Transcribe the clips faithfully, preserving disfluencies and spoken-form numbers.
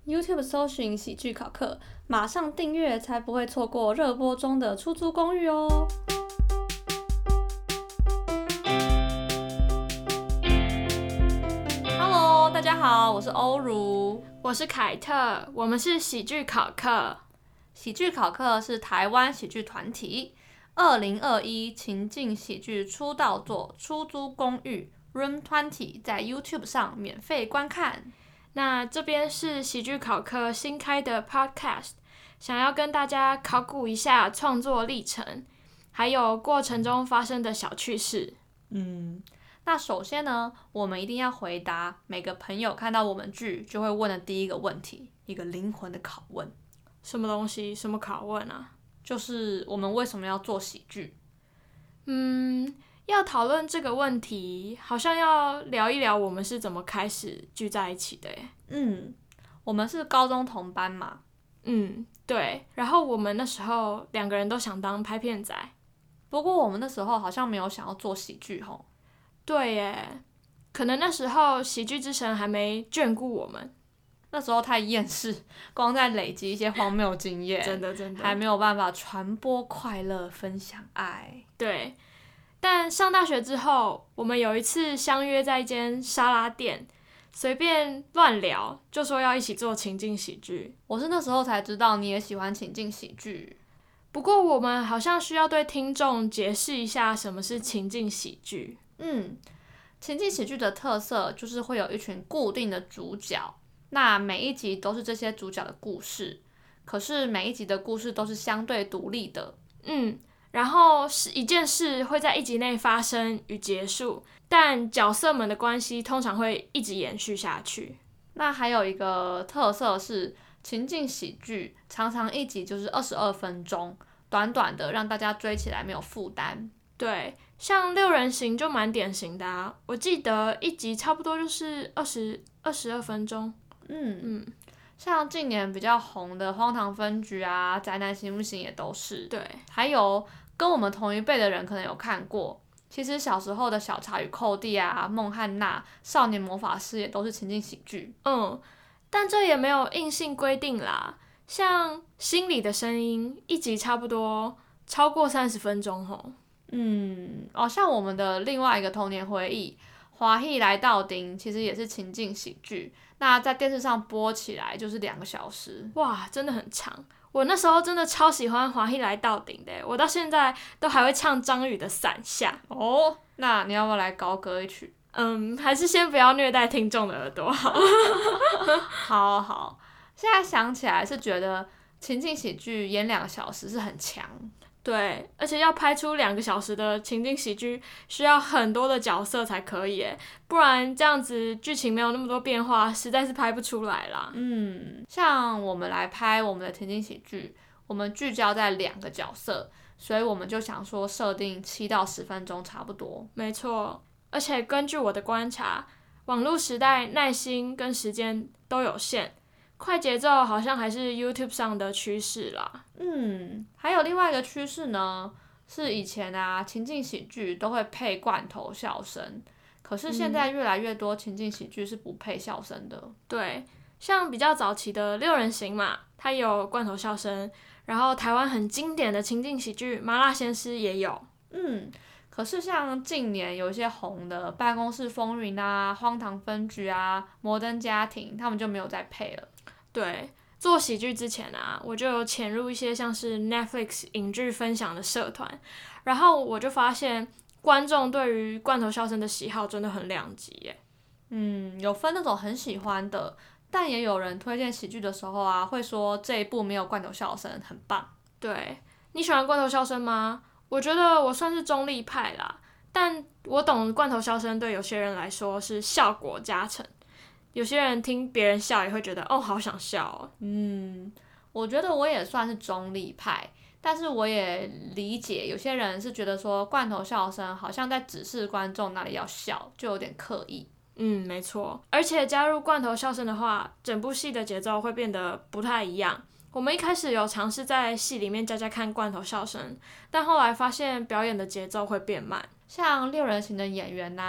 YouTube 搜寻喜剧考课，马上订阅才不会错过热播中的出租公寓哦。Hello， 大家好，我是欧如， 我是凯特，我们是喜剧考课。 喜剧考课是台湾喜剧团体二零二一情境喜剧出道作《出租公寓》Room 二十，在 YouTube 上免费观看。 那这边是喜剧考课新开的 Podcast， 想要跟大家考古一下创作历程，还有过程中发生的小趣事。 嗯，那首先呢，我们一定要回答每个朋友看到我们剧就会问的第一个问题，一个灵魂的拷问。 什么东西？什么拷问啊？ 就是我们为什么要做喜剧？ 嗯，要讨论这个问题，好像要聊一聊我们是怎么开始聚在一起的耶。 嗯，我们是高中同班嘛。 嗯，对。然后我们那时候两个人都想当拍片仔， 不过我们那时候好像没有想要做喜剧吼。 对耶，可能那时候喜剧之神还没眷顾我们。 那时候太厌世，光在累积一些荒谬经验， 真的真的， 还没有办法传播快乐，分享爱。 对，但上大学之后，我们有一次相约在一间沙拉店，随便乱聊，就说要一起做情境喜剧。 我是那时候才知道你也喜欢情境喜剧。 不过我们好像需要对听众解释一下什么是情境喜剧。 嗯，情境喜剧的特色就是会有一群固定的主角。那每一集都是这些主角的故事，可是每一集的故事都是相对独立的。 嗯，然后是一件事会在一集内发生与结束，但角色们的关系通常会一直延续下去。 那还有一个特色是，情境喜剧常常一集就是二十二分钟，短短的让大家追起来没有负担。 对，像六人行就蛮典型的啊，我记得一集差不多就是二十二十二分钟。 嗯嗯， 像近年比较红的《荒唐分局》啊，《宅男行不行》也都是。 对， 还有跟我们同一辈的人可能有看过，其实小时候的小茶与寇弟啊、孟汉娜、少年魔法师也都是情境喜剧。 嗯，但这也没有硬性规定啦。像心里的声音，一集差不多超过三十分钟吼。 嗯，哦，像我们的另外一个童年回忆，《华裔来到顶》其实也是情境喜剧。那在电视上播起来就是两个小时， 哇，真的很长。我那时候真的超喜欢《华裔来到顶》的，我到现在都还会唱张宇的《伞下》。 哦，那你要不要来高歌一曲？ 嗯，还是先不要虐待听众的耳朵好。 好好，现在想起来是觉得情境喜剧演两个小时是很强。 对，而且要拍出两个小时的情境喜剧，需要很多的角色才可以耶，不然这样子剧情没有那么多变化，实在是拍不出来啦。 嗯，像我们来拍我们的情境喜剧，我们聚焦在两个角色，所以我们就想说设定七到十分钟差不多。 没错，而且根据我的观察，网络时代耐心跟时间都有限。快节奏好像还是 YouTube 上的趋势啦。 嗯，还有另外一个趋势呢，是以前啊情境喜剧都会配罐头笑声，可是现在越来越多情境喜剧是不配笑声的。 嗯、对，像比较早期的六人行嘛，它有罐头笑声，然后台湾很经典的情境喜剧《麻辣鲜师》也有。 嗯，可是像近年有一些红的《办公室风云》啊、《荒唐分局》啊、《摩登家庭》，他们就没有再配了。 对，做喜剧之前啊，我就有潜入一些像是 Netflix 影剧分享的社团，然后我就发现观众对于罐头笑声的喜好真的很两极耶。 嗯，有分那种很喜欢的，但也有人推荐喜剧的时候啊，会说这一部没有罐头笑声，很棒。 对，你喜欢罐头笑声吗？我觉得我算是中立派啦，但我懂罐头笑声对有些人来说是效果加成。有些人听别人笑也会觉得哦，好想笑哦。 嗯，我觉得我也算是中立派，但是我也理解有些人是觉得说罐头笑声好像在指示观众哪里要笑，就有点刻意。 嗯，没错。而且加入罐头笑声的话，整部戏的节奏会变得不太一样。我们一开始有尝试在戏里面加加看罐头笑声，但后来发现表演的节奏会变慢。 像六人行的演员啊，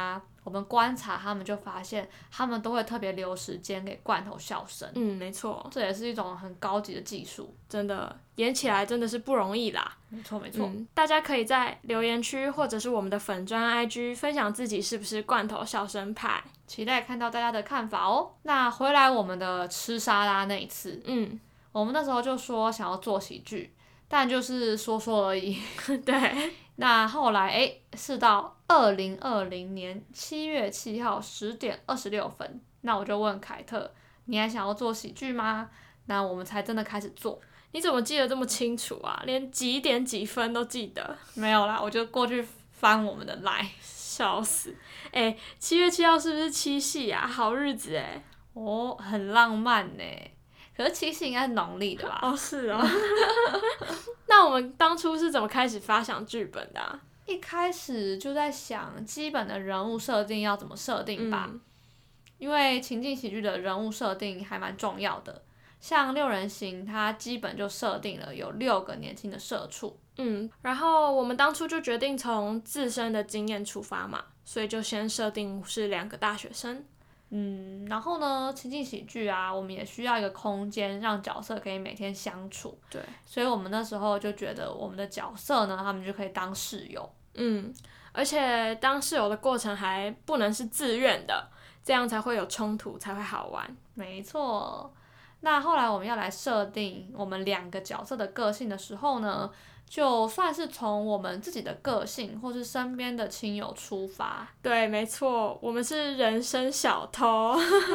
我们观察他们就发现，他们都会特别留时间给罐头笑声。 嗯，没错， 这也是一种很高级的技术， 真的演起来真的是不容易啦。 没错没错、 嗯，大家可以在留言区或者是我们的粉专 I G 分享自己是不是罐头笑声派， 期待看到大家的看法哦。那回来我们的吃沙拉那一次， 嗯， 我们那时候就说想要做喜剧，但就是说说而已。 对， 那后来诶，是到二零二零年七月七号十点二十六分，那我就问凯特，你还想要做喜剧吗？那我们才真的开始做。 你怎么记得这么清楚啊？连几点几分都记得？ 没有啦，我就过去翻我们的 line， 笑死！哎、欸，七月七号是不是七夕啊？好日子哎、欸！ 哦，很浪漫呢。可是七夕应该是农历的吧？ 哦，是哦。那我们当初是怎么开始发想剧本的啊？ 一开始就在想基本的人物设定要怎么设定吧， 嗯、 因为情境喜剧的人物设定还蛮重要的。像六人行，它基本就设定了有六个年轻的社畜。 嗯，然后我们当初就决定从自身的经验出发嘛，所以就先设定是两个大学生。 嗯，然后呢，情境喜剧啊，我们也需要一个空间，让角色可以每天相处。 对， 所以我们那时候就觉得，我们的角色呢，他们就可以当室友。 嗯，而且当室友的过程还不能是自愿的，这样才会有冲突，才会好玩。 没错。那后来我们要来设定我们两个角色的个性的时候呢，就算是从我们自己的个性或是身边的亲友出发。 对，没错，我们是人生小偷。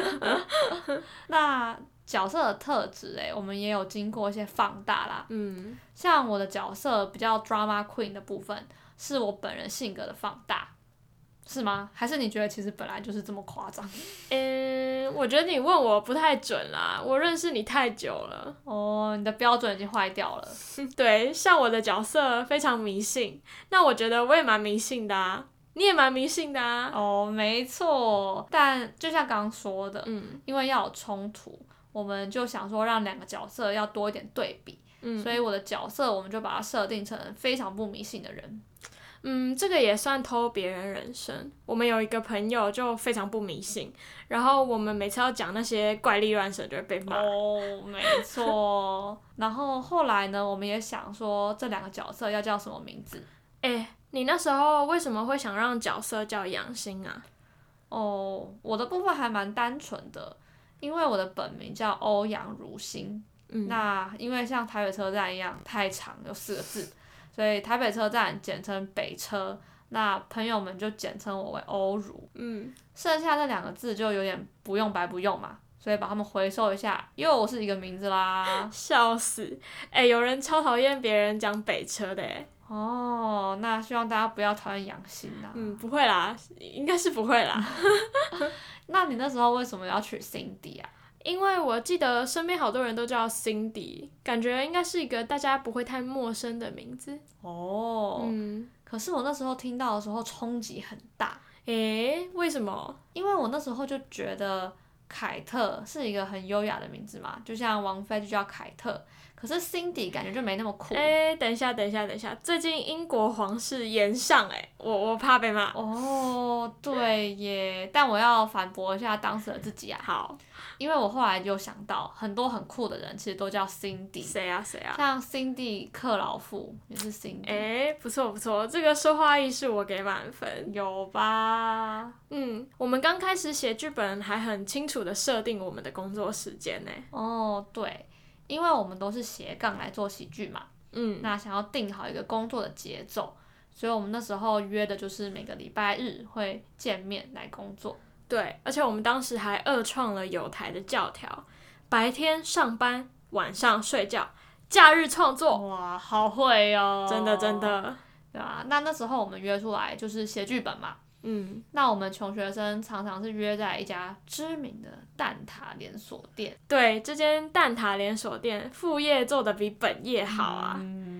那角色的特质诶，我们也有经过一些放大啦。 嗯， 像我的角色比较 drama queen 的部分，是我本人性格的放大。是吗？还是你觉得其实本来就是这么夸张？ 嗯，我觉得你问我不太准啦，我认识你太久了。 哦，你的标准已经坏掉了。 对，像我的角色非常迷信，那我觉得我也蛮迷信的啊，你也蛮迷信的啊。 哦，没错，但就像刚刚说的， 嗯， 因为要有冲突，我们就想说让两个角色要多一点对比， 嗯， 所以我的角色我们就把它设定成非常不迷信的人。 嗯，这个也算偷别人人生。我们有一个朋友就非常不迷信，然后我们每次要讲那些怪力乱神就会被骂。 哦，没错。然后后来呢，我们也想说这两个角色要叫什么名字。 欸，你那时候为什么会想让角色叫杨欣啊？ 哦，我的部分还蛮单纯的，因为我的本名叫欧阳如欣。 嗯， 那因为像台北车站一样太长，有四个字。所以台北车站简称北车，那朋友们就简称我为欧如。 嗯， 剩下这两个字就有点不用白不用嘛，所以把它们回收一下，又是一个名字啦。 笑死！哎、欸，有人超讨厌别人讲北车的哎。 哦，那希望大家不要讨厌杨欣啊。 嗯，不会啦，应该是不会啦。 那你那时候为什么要取 Cindy 啊？ 因为我记得身边好多人都叫 Cindy， 感觉应该是一个大家不会太陌生的名字。 哦， 嗯， 可是我那时候听到的时候冲击很大。 诶，为什么？ 因为我那时候就觉得凯特是一个很优雅的名字嘛，就像王菲就叫凯特，可是 Cindy 感觉就没那么酷。 诶，等一下，等一下，等一下，最近英国皇室延上诶，我我怕被骂。 哦，对耶，但我要反驳一下当时的自己啊。 好。 因为我后来就想到，很多很酷的人其实都叫 Cindy。 谁啊谁啊？ 像 Cindy 克劳夫也是 Cindy。 诶，不错不错，这个说话艺术我给满分。 有吧？ 嗯，我们刚开始写剧本还很清楚的设定我们的工作时间呢。 哦，对，因为我们都是斜杠来做喜剧嘛。 嗯。 那想要定好一个工作的节奏，所以我们那时候约的就是每个礼拜日会见面来工作。 对，而且我们当时还二创了有台的教条，白天上班，晚上睡觉，假日创作。 哇，好会哦！ 真的真的。 对啊，那那时候我们约出来就是写剧本嘛。 嗯。 那我们穷学生常常是约在一家知名的蛋挞连锁店。 对，这间蛋挞连锁店副业做得比本业好啊。 嗯，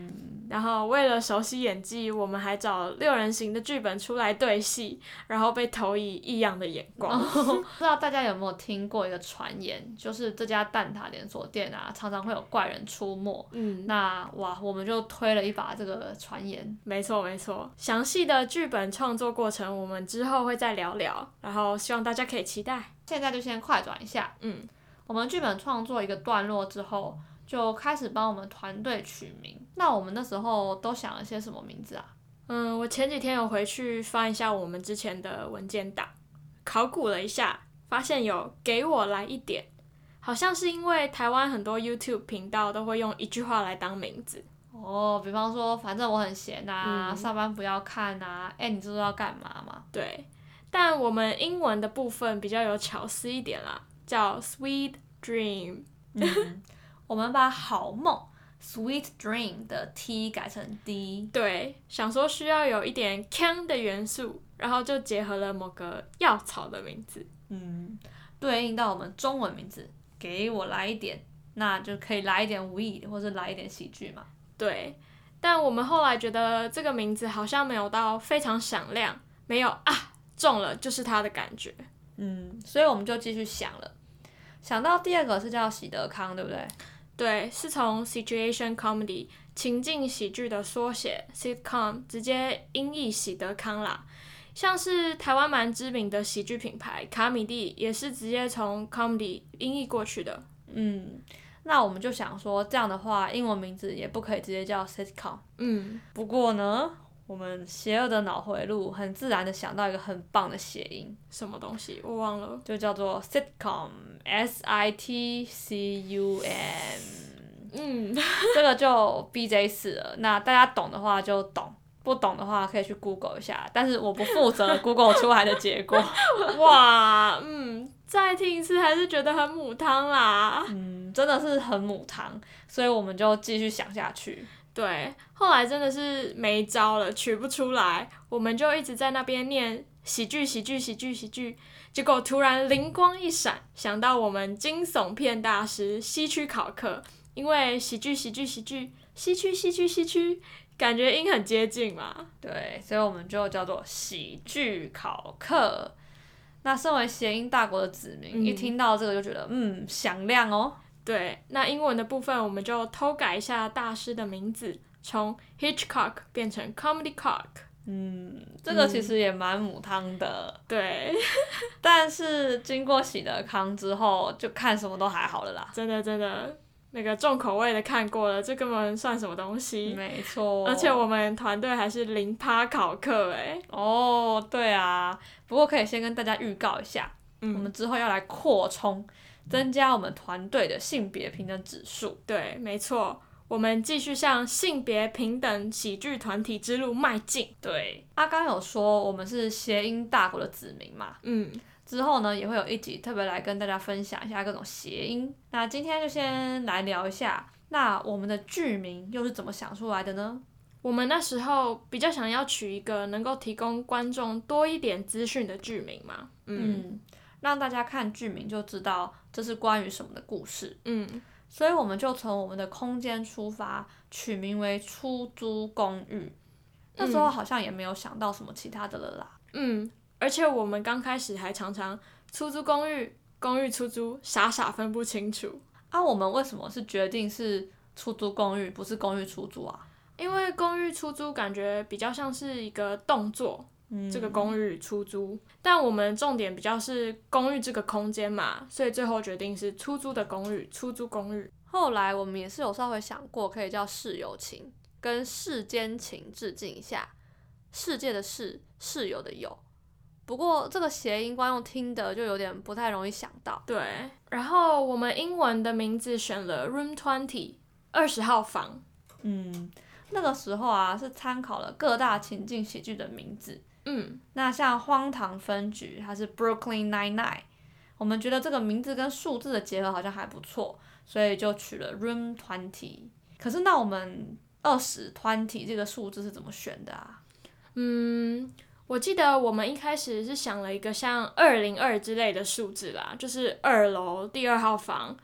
然后为了熟悉演技，我们还找六人行的剧本出来对戏，然后被投以异样的眼光。 不知道大家有没有听过一个传言，就是这家蛋挞连锁店啊，常常会有怪人出没。嗯，那哇，我们就推了一把这个传言。 没错没错，详细的剧本创作过程，我们之后会再聊聊，然后希望大家可以期待。 现在就先快转一下。嗯，我们剧本创作一个段落之后，就开始帮我们团队取名。那我们那时候都想了些什么名字啊？ 嗯，我前几天有回去翻一下我们之前的文件档，考古了一下，发现有给我来一点，好像是因为台湾很多 YouTube 频道都会用一句话来当名字。 哦，比方说，反正我很闲啊，嗯、上班不要看啊，哎、欸，你知道要干嘛吗？ 对，但我们英文的部分比较有巧思一点啦，叫 Sweet Dream。 嗯，我们把好梦 Sweet Dream 的 T 改成 D。 对，想说需要有一点鏘的元素，然后就结合了某个药草的名字。 嗯，对应到我们中文名字，给我来一点，那就可以来一点 weed 或是来一点喜剧嘛。 对，但我们后来觉得这个名字好像没有到非常响亮，没有啊中了就是它的感觉。 嗯，所以我们就继续想了，想到第二个是叫喜德康，对不对？ 对，是从 situation comedy 情境喜剧的缩写 sitcom 直接音译喜德康啦。像是台湾蛮知名的喜剧品牌卡米蒂也是直接从 comedy 音译过去的。 嗯，那我们就想说，这样的话，英文名字也不可以直接叫 sitcom。嗯，不过呢，我们邪恶的脑回路很自然的想到一个很棒的谐音。 什么东西？我忘了。 就叫做 sitcom， S I T C U M。嗯，这个就 B J 四了。那大家懂的话就懂，不懂的话可以去 Google 一下。但是我不负责 Google 出来的结果。 哇，嗯。再听一次还是觉得很母汤啦。 嗯，真的是很母汤，所以我们就继续想下去。 对，后来真的是没招了，取不出来，我们就一直在那边念喜剧喜剧喜剧喜剧，结果突然灵光一闪，想到我们惊悚片大师西区考克，因为喜剧喜剧喜剧西区西区西区，感觉音很接近嘛。 对，所以我们就叫做喜剧考克。那身为谐音大国的子民、嗯，一听到这个就觉得嗯响亮哦。 对，那英文的部分我们就偷改一下大师的名字，从 Hitchcock 变成 Comedy Cock。 嗯，这个其实也蛮母汤的。 嗯、对， 但是经过喜德康之后，就看什么都还好了啦。 真的真的。那个重口味的看过了，这根本算什么东西？ 没错， 而且我们团队还是零趴考课哎。 哦，对啊，不过可以先跟大家预告一下、嗯，我们之后要来扩充，增加我们团队的性别平等指数。 对，没错，我们继续向性别平等喜剧团体之路迈进。 对，阿刚有说我们是谐音大国的子民嘛，嗯。之后呢，也会有一集特别来跟大家分享一下各种谐音。那今天就先来聊一下，那我们的剧名又是怎么想出来的呢？ 我们那时候比较想要取一个能够提供观众多一点资讯的剧名嘛，嗯， 嗯让大家看剧名就知道这是关于什么的故事。嗯，所以我们就从我们的空间出发，取名为出租公寓。那时候好像也没有想到什么其他的了啦。 嗯。而且我们刚开始还常常出租公寓、公寓出租，傻傻分不清楚。 啊，我们为什么是决定是出租公寓，不是公寓出租啊？ 因为公寓出租感觉比较像是一个动作，嗯、这个公寓出租，但我们重点比较是公寓这个空间嘛，所以最后决定是出租的公寓，出租公寓。 后来我们也是有稍微想过，可以叫室友情，跟世间情致敬一下，世界的世，室友的友。不过这个谐音观众听的就有点不太容易想到。 对，然后我们英文的名字选了 Room Twenty 二十号房。 嗯，那个时候啊是参考了各大情境喜剧的名字。嗯，那像荒唐分局它是 Brooklyn Nine-Nine， 我们觉得这个名字跟数字的结合好像还不错，所以就取了 Room Twenty。可是那我们二十 twenty 这个数字是怎么选的啊？ 嗯。我记得我们一开始是想了一个像二零二之类的数字啦，就是二楼第二号房，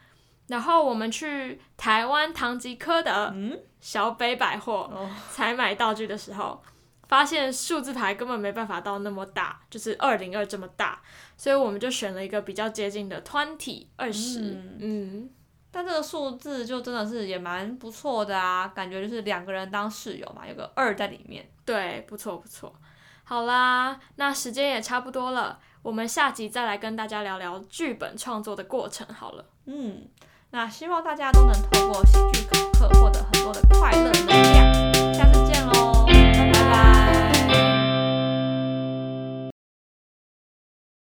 然后我们去台湾唐吉诃德小北百货采买道具的时候，发现数字牌根本没办法到那么大，就是二零二这么大，所以我们就选了一个比较接近的二十二十。嗯, 嗯但这个数字就真的是也蛮不错的啊，感觉就是两个人当室友嘛，有个二在里面。 对，不错不错。好啦，那时间也差不多了，我们下集再来跟大家聊聊剧本创作的过程好了。 嗯，那希望大家都能透过喜剧考